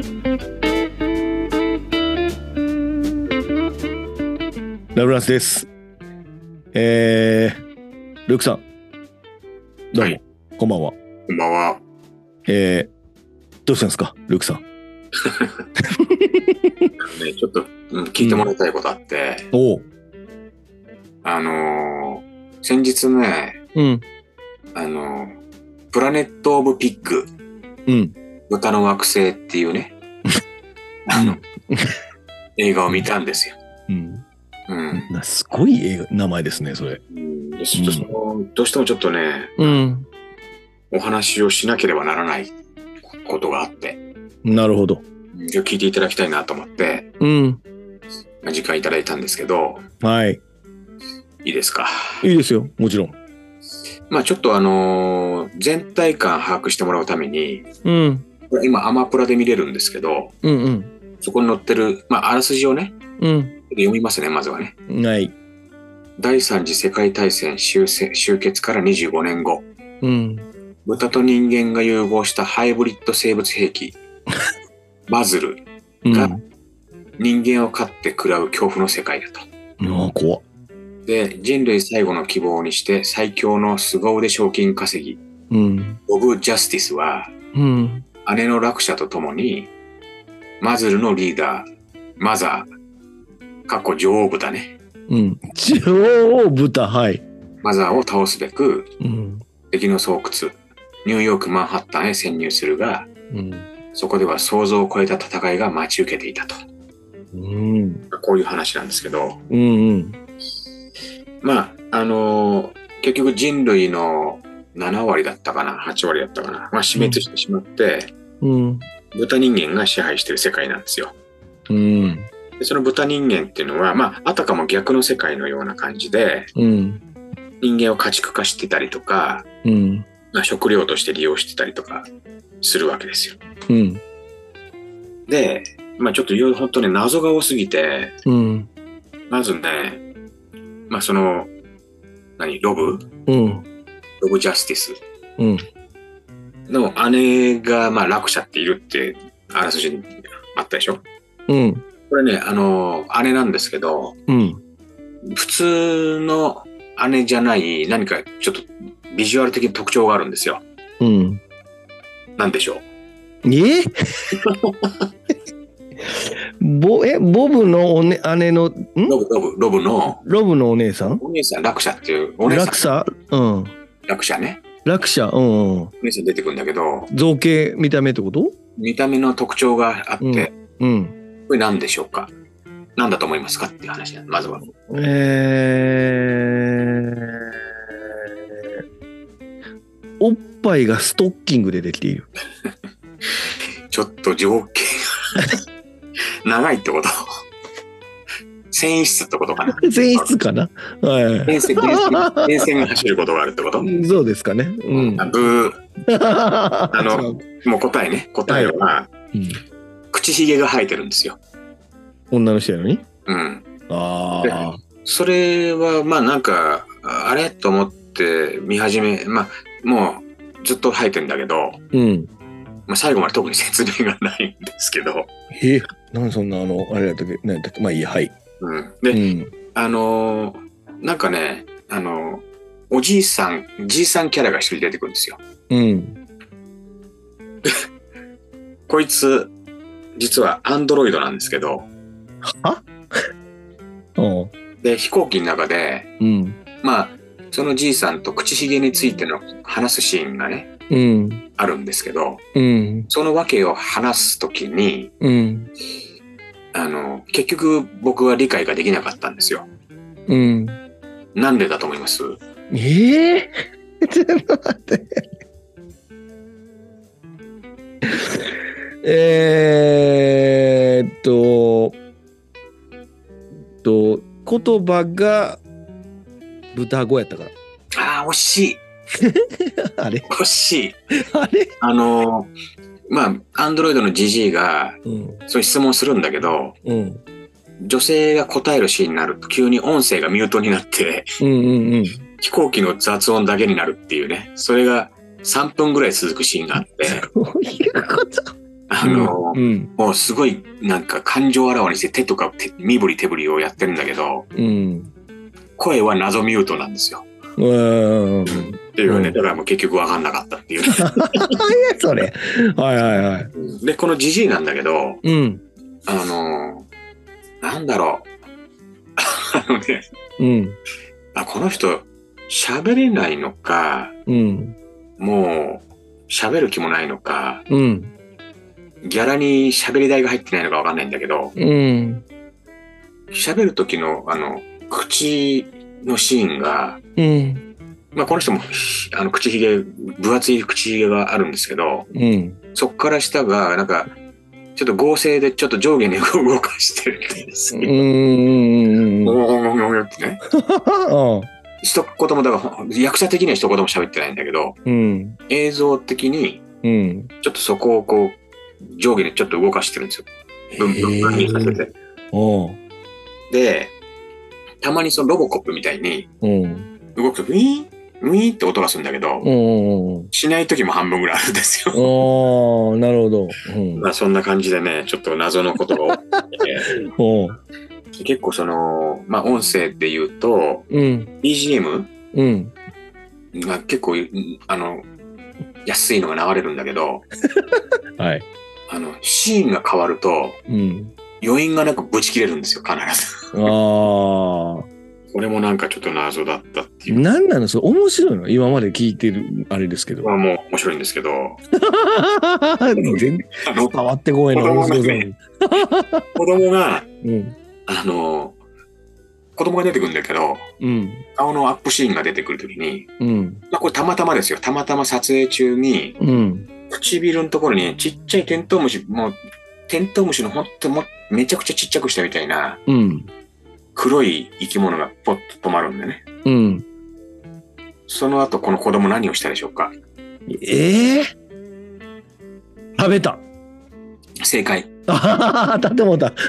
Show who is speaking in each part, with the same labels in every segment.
Speaker 1: ラフランスです。ルークさん、どうも、
Speaker 2: はい、
Speaker 1: こんばんは。
Speaker 2: こんばんは。
Speaker 1: どうしたんですか、ルークさん。
Speaker 2: ちょっと、聞いてもらいたいことあって、
Speaker 1: おう。
Speaker 2: 先日ね、
Speaker 1: うん。
Speaker 2: プラネット・オブ・ピッグ、
Speaker 1: うん。
Speaker 2: 豚の惑星っていうね、映画を見たんですよ。
Speaker 1: うん。
Speaker 2: うん。
Speaker 1: すごい名前ですね、それ。
Speaker 2: どうしてもちょっとね、
Speaker 1: うん。
Speaker 2: お話をしなければならないことがあって、
Speaker 1: なるほど。
Speaker 2: 聞いていただきたいなと思って、
Speaker 1: うん。
Speaker 2: 時間いただいたんですけど、
Speaker 1: はい。
Speaker 2: いいですか。
Speaker 1: いいですよ、もちろん。
Speaker 2: ちょっと全体感把握してもらうために、
Speaker 1: うん。
Speaker 2: 今アマプラで見れるんですけど、
Speaker 1: うんうん。
Speaker 2: そこに載ってる、あらすじをね、
Speaker 1: うん。
Speaker 2: 読みますね、まずはね。
Speaker 1: はい。
Speaker 2: 第三次世界大戦終結から25年後、
Speaker 1: うん。
Speaker 2: 豚と人間が融合したハイブリッド生物兵器、マズルが人間を飼って食らう恐怖の世界だと。
Speaker 1: 怖っ。
Speaker 2: で、人類最後の希望にして最強の凄腕賞金稼ぎ、ボブ・ジャスティスは、姉のラクシャと共に、マズルのリーダー、マザー、女王豚ね。
Speaker 1: 女王豚、はい。
Speaker 2: マザーを倒すべく、敵の巣窟、ニューヨーク・マンハッタンへ潜入するが、そこでは想像を超えた戦いが待ち受けていたと。こういう話なんですけど、結局人類の7割だったかな、8割だったかな、死滅してしまって、豚人間が支配している世界なんですよ。でその豚人間っていうのは、あたかも逆の世界のような感じで、人間を家畜化してたりとか、食料として利用してたりとかするわけですよ。で、ちょっと本当ね、謎が多すぎて、まずね、ロブジャスティスの姉が、ラクシャっているってあらすじにあったでしょ。これね、姉なんですけど、普通の姉じゃない何かちょっとビジュアル的に特徴があるんですよ。なんでしょう。
Speaker 1: ボブの姉の
Speaker 2: ロブの
Speaker 1: お姉さん
Speaker 2: ラクシャっていうお姉さん。ラクシャね。
Speaker 1: ラクシャ、
Speaker 2: お姉さん出てくるんだけど、
Speaker 1: 造形見た目ってこと？
Speaker 2: 見た目の特徴があって、これ何でしょうか？何だと思いますかっていう話なんまずは。
Speaker 1: おっぱいがストッキングでできている。
Speaker 2: ちょっと情景が長いってこと？繊維質ってことかな？
Speaker 1: 繊維質かな？はい。
Speaker 2: 電線が走ることがあるってこと？
Speaker 1: そうですかね。
Speaker 2: ブー。もう答えは、口ひげが生えてるんですよ。
Speaker 1: 女の人やのに？
Speaker 2: それはなんかあれと思って見始め、もうずっと生えてんだけど、最後まで特に説明がないんですけど。
Speaker 1: なんでそんなあれだったっけ？何だっけ？いいや、はい。
Speaker 2: で、なんかね、おじいさんキャラが一人出てくるんですよ。こいつ実はアンドロイドなんですけど、で飛行機の中で、そのじいさんと口ひげについての話すシーンがね、あるんですけど、その訳を話すときに、結局僕は理解ができなかったんですよ。なんでだと思います？
Speaker 1: ちょっと待って。言葉が豚語やったから。
Speaker 2: 惜しい。
Speaker 1: あれ？
Speaker 2: 惜しい。
Speaker 1: あれ？
Speaker 2: アンドロイドのジジイが、そういう質問するんだけど、女性が答えるシーンになると急に音声がミュートになって、飛行機の雑音だけになるっていうね、それが3分ぐらい続くシーンがあって、
Speaker 1: どういうこと？
Speaker 2: もうすごいなんか感情をあらわにして手とか身振り手振りをやってるんだけど、声は謎ミュートなんですよ。っていうね、だからもう結局分かんなかったっていう。
Speaker 1: それ。はいはいはい。
Speaker 2: で、このジジイなんだけど、なんだろう。この人、喋れないのか、もう、喋る気もないのか、ギャラに喋り代が入ってないのか分かんないんだけど、喋る時の、口のシーンが、この人も口ひげ、分厚い口ひげがあるんですけど、そっから下がなんかちょっと合成でちょっと上下に動かしてるんですよ。ってね。一言もだから役者的には一言も喋ってないんだけど、映像的にちょっとそこをこう上下にちょっと動かしてるんですよ。分解にさせて。で、たまにそのロボコップみたいに動くとウィーって音がするんだけど、しない時も半分ぐらいあるんですよ。
Speaker 1: なるほど。
Speaker 2: そんな感じでね、ちょっと謎のことが起きて、結構その、音声で言うと、BGM が結構、安いのが流れるんだけど、シーンが変わると、余韻がなくブチ切れるんですよ、必ず。これもなんかちょっと謎だったっていう。
Speaker 1: 何なのそれ面白いの今まで聞いてるあれですけど。
Speaker 2: もう面白いんですけど。
Speaker 1: 全然伝わってこいの面白さに。
Speaker 2: 子供が、子供が出てくるんだけど、顔のアップシーンが出てくるときに、これたまたまですよ。たまたま撮影中に、唇のところにちっちゃいテントウムシ、もうテントウムシのほんとめちゃくちゃちっちゃくしたみたいな、黒い生き物がポッと止まるんだよね。その後この子供何をしたでしょうか？
Speaker 1: 食べた。
Speaker 2: 正解。
Speaker 1: 当たってもうた。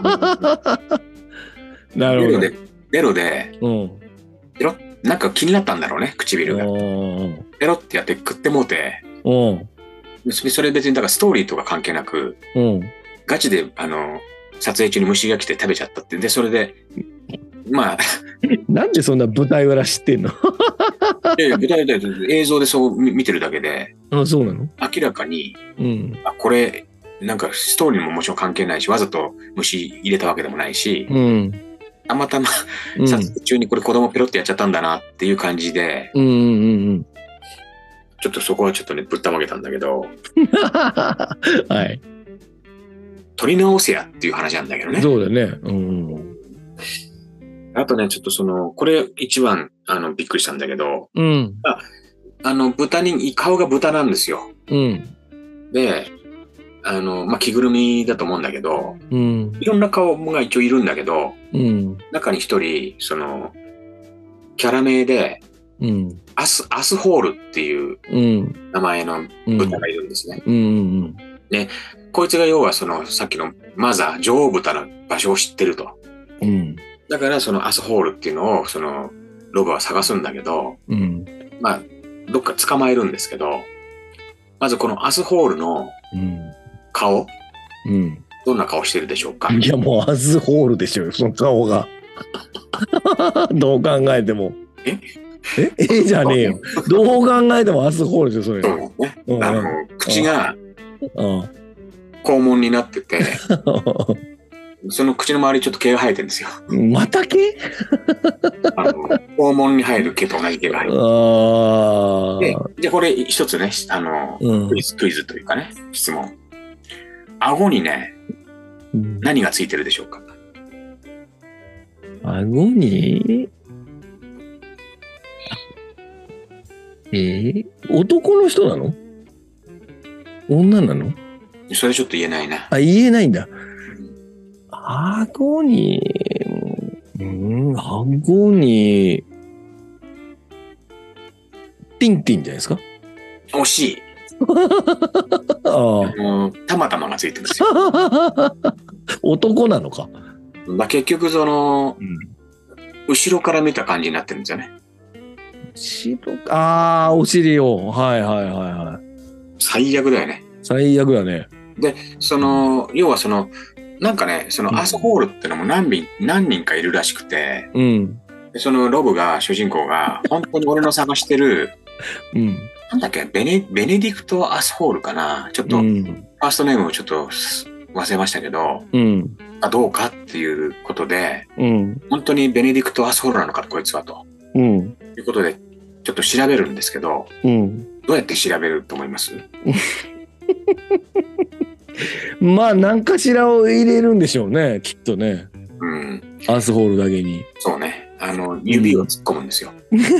Speaker 1: なるほど。
Speaker 2: ベロで、なんか気になったんだろうね、唇が。ベロってやって食ってもうて、それ別にだからストーリーとか関係なく、ガチで撮影中に虫が来て食べちゃったって。で、それで、
Speaker 1: なんでそんな舞台裏知ってんの？
Speaker 2: 舞台裏映像でそう見てるだけで、
Speaker 1: そうなの？
Speaker 2: 明らかに、これ、なんかストーリーももちろん関係ないし、わざと虫入れたわけでもないし、たまたま撮影中にこれ子供ペロってやっちゃったんだなっていう感じで、ちょっとそこはちょっとね、ぶったまげたんだけど、撮り直せやっていう話なんだけどね。
Speaker 1: そうだね。
Speaker 2: あとね、ちょっとこれ一番びっくりしたんだけど、豚に、顔が豚なんですよ。で、着ぐるみだと思うんだけど、いろんな顔が一応いるんだけど、中に一人、キャラ名で、アスホールっていう名前の豚がいるんですね。で、こいつが要はさっきのマザー、女王豚の場所を知ってると。だからアスホールっていうのをロボは探すんだけど、どっか捕まえるんですけど、まずこのアスホールの顔、どんな顔してるでしょうか？
Speaker 1: いやもうアスホールでしょよ、その顔が。どう考えても。じゃねえよ。どう考えてもアスホールですよ、それ。
Speaker 2: そうね。口が肛門になってて、その口の周りちょっと毛が生えてるんですよ。
Speaker 1: また毛？
Speaker 2: 肛門に生える毛と同じ毛が生えてる。で、これ一つね、クイズというかね、質問。顎にね、何がついてるでしょうか？
Speaker 1: 顎に？男の人なの？女なの？
Speaker 2: それちょっと言えないな。
Speaker 1: 言えないんだ。顎に、顎に、ティンティンじゃないですか？
Speaker 2: 惜しい。たまたまがついてるんですよ。
Speaker 1: 男なのか。
Speaker 2: 結局後ろから見た感じになってるんですよね。
Speaker 1: お尻を。はい。
Speaker 2: 最悪だよね。
Speaker 1: 最悪だね。
Speaker 2: で、要はなんかね、アースホールってのも何人かいるらしくて、
Speaker 1: うん、
Speaker 2: でロブが、主人公が、本当に俺の探してる、
Speaker 1: うん、
Speaker 2: なんだっけ、ベネディクト・アースホールかな。ちょっと、ファーストネームをちょっと忘れましたけど、どうかっていうことで、本当にベネディクト・アースホールなのか、こいつはと。いうことで、ちょっと調べるんですけど、どうやって調べると思います？
Speaker 1: まあ何かしらを入れるんでしょうね、きっとね。アースホールだけに。
Speaker 2: そうね。指を突っ込むんですよ。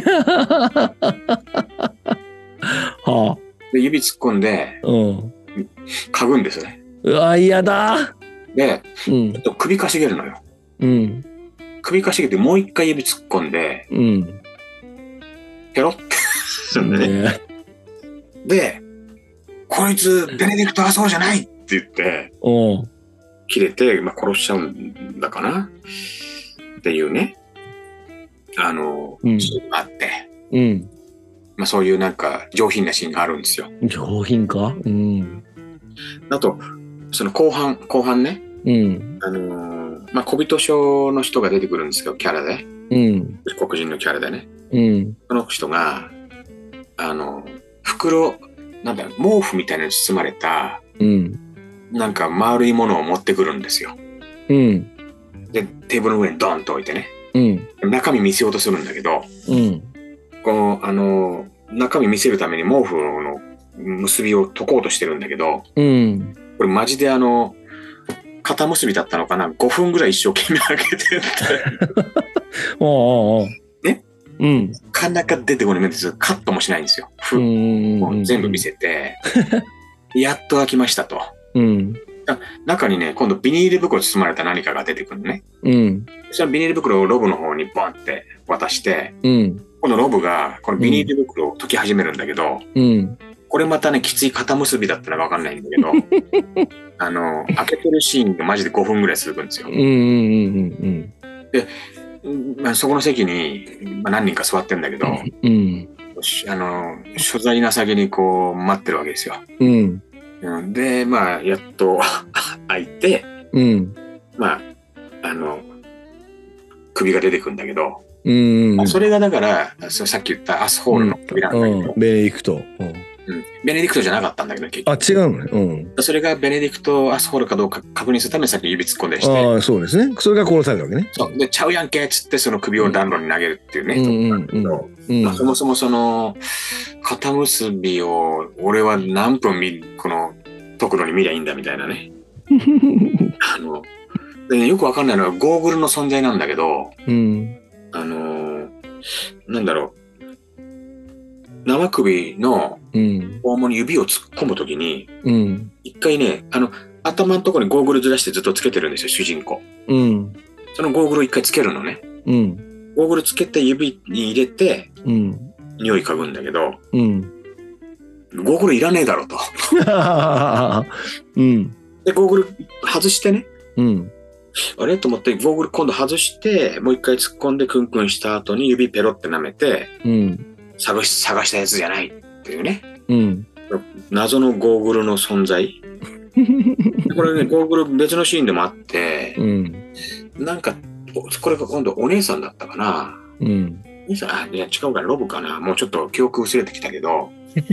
Speaker 1: はあ。
Speaker 2: で、指突っ込んで、嗅ぐんですよね。
Speaker 1: うわ、嫌だ。
Speaker 2: で、首かしげるのよ。首かしげてもう一回指突っ込んで、ペロッてするんでね。で、こいつベネディクト・アースホールじゃないって言って、切れて、殺しちゃうんだかなっていうね、シーンがあって、そういうなんか上品なシーンがあるんですよ。
Speaker 1: 上品か？
Speaker 2: あと、後半ね、小人症の人が出てくるんですよ、キャラで。黒人のキャラでね。その人が、袋、なんだろう、毛布みたいなのに包まれた、なんか丸いものを持ってくるんですよ。で、テーブルの上にドンと置いてね。中身見せようとするんだけど、中身見せるために毛布の結びを解こうとしてるんだけど、これマジで肩結びだったのかな、5分ぐらい一生懸命開けてね、なかなか出てこないんですよ。カットもしないんですよ。もう全部見せて、やっと開きましたと。中にね、今度ビニール袋に包まれた何かが出てくるのね。そのビニール袋をロブの方にボンって渡して、今度ロブがこのビニール袋を解き始めるんだけど、これまたね、きつい肩結びだったらわかんないんだけど、開けてるシーンがマジで5分ぐらい続くんですよ。で、そこの席に、何人か座ってんだけど、所在なさげにこう待ってるわけですよ。で、やっと開いて、首が出てくるんだけど、それがだから、さっき言ったアースホールの首なんだけど、
Speaker 1: ベネディクト。
Speaker 2: ベネディクトじゃなかったんだけど、結局。
Speaker 1: 違うのね。
Speaker 2: それがベネディクト・アースホールかどうか確認するためにさっき指突っ込んだりして。
Speaker 1: そうですね。それが殺されたわけね。
Speaker 2: そう。で、ちゃうやんけっつってその首を暖炉に投げるっていうね。そもそも肩結びを俺は何分この特度に見りゃいいんだみたいなね。でね、よくわかんないのはゴーグルの存在なんだけど、なんだろう。生首の肛門に指を突っ込むときに、一回ね、頭のところにゴーグルずらしてずっとつけてるんですよ、主人公。そのゴーグルを一回つけるのね。ゴーグルつけて指に入れて、匂い嗅ぐんだけど、ゴーグルいらねえだろと。で、ゴーグル外してね。あれと思ってゴーグル今度外して、もう一回突っ込んでクンクンした後に指ペロって舐めて、探したやつじゃないっていうね。謎のゴーグルの存在。これね、ゴーグル別のシーンでもあって、なんか、これが今度お姉さんだったかな。姉さん、いや違うかな、ロブかな。もうちょっと記憶薄れてきたけど、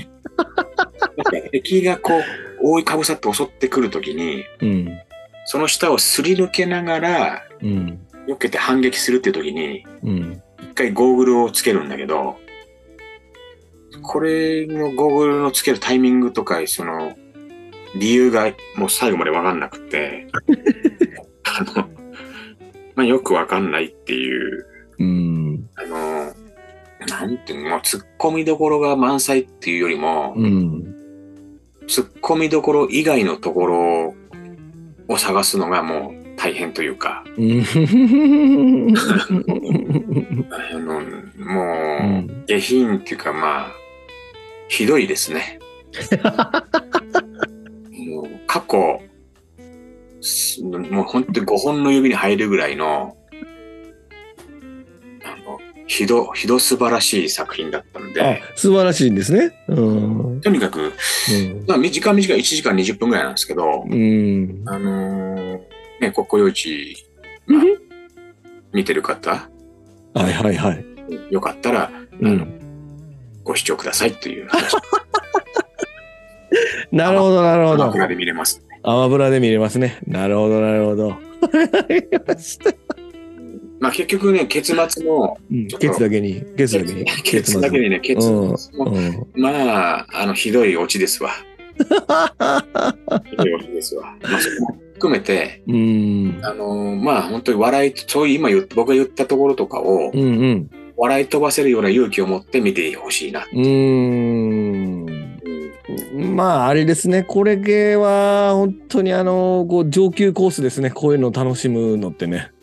Speaker 2: 敵がこう、覆いかぶさって襲ってくるときに、その下をすり抜けながら、避けて反撃するっていうときに、一回ゴーグルをつけるんだけど、これのゴーグルのつけるタイミングとか、理由がもう最後まで分かんなくて、よく分かんないっていう、なんていうの、突っ込みどころが満載っていうよりも、突っ込みどころ以外のところを探すのがもう大変というか、もう、下品っていうかひどいですね。もう過去、ももう本当に5本の指に入るぐらいの、 ひど素晴らしい作品だったんで。
Speaker 1: 素晴らしいんですね。
Speaker 2: とにかく、時間短い1時間20分ぐらいなんですけど、ね、国庫幼稚、見てる方、
Speaker 1: はいはいはい。
Speaker 2: よかったら、ご視聴くださいという話。
Speaker 1: なるほどなるほど。
Speaker 2: アマプラで見れます。
Speaker 1: アマプラで見れますね。なるほどなるほど。
Speaker 2: まあ結局ね、結末も、
Speaker 1: ケツだけに、
Speaker 2: ケツだけにね、結末も、まあ、ひどいオチですわ。ひどいオチですわ。まあ、それも含めて、まあ本当に笑い、そういう今僕が言ったところとかを、笑い飛ばせるような勇気を持って見てほしいな。
Speaker 1: まああれですね、これ系は本当にこう上級コースですね。こういうのを楽しむのってね。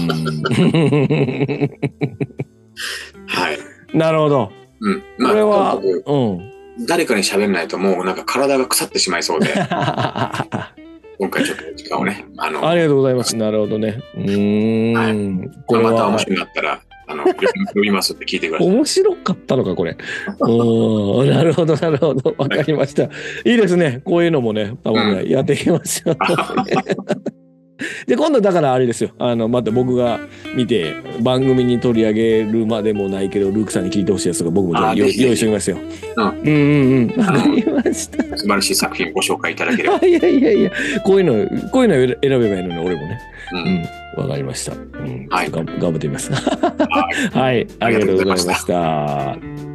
Speaker 2: はい。
Speaker 1: なるほど。
Speaker 2: まあ、
Speaker 1: これは、
Speaker 2: 誰かに喋らないともうなんか体が腐ってしまいそうで。今回ちょっと時間をね。
Speaker 1: ありがとうございます。なるほどね。
Speaker 2: これまた面白かったら。読みますって聞いてください。
Speaker 1: 面白かったのかこれ。なるほどなるほど、わかりました。いいですね。こういうのもね、多分ね、やっていきましょう。で今度だからあれですよ。また僕が見て番組に取り上げるまでもないけどルークさんに聞いてほしいやつが僕も用意しておきますよ。わかりました。
Speaker 2: 素晴らしい作品ご紹介いただければ。
Speaker 1: いやこういうの選べばいいのに俺もね。わかりました。頑張ってみます。はい、ありがとうございました。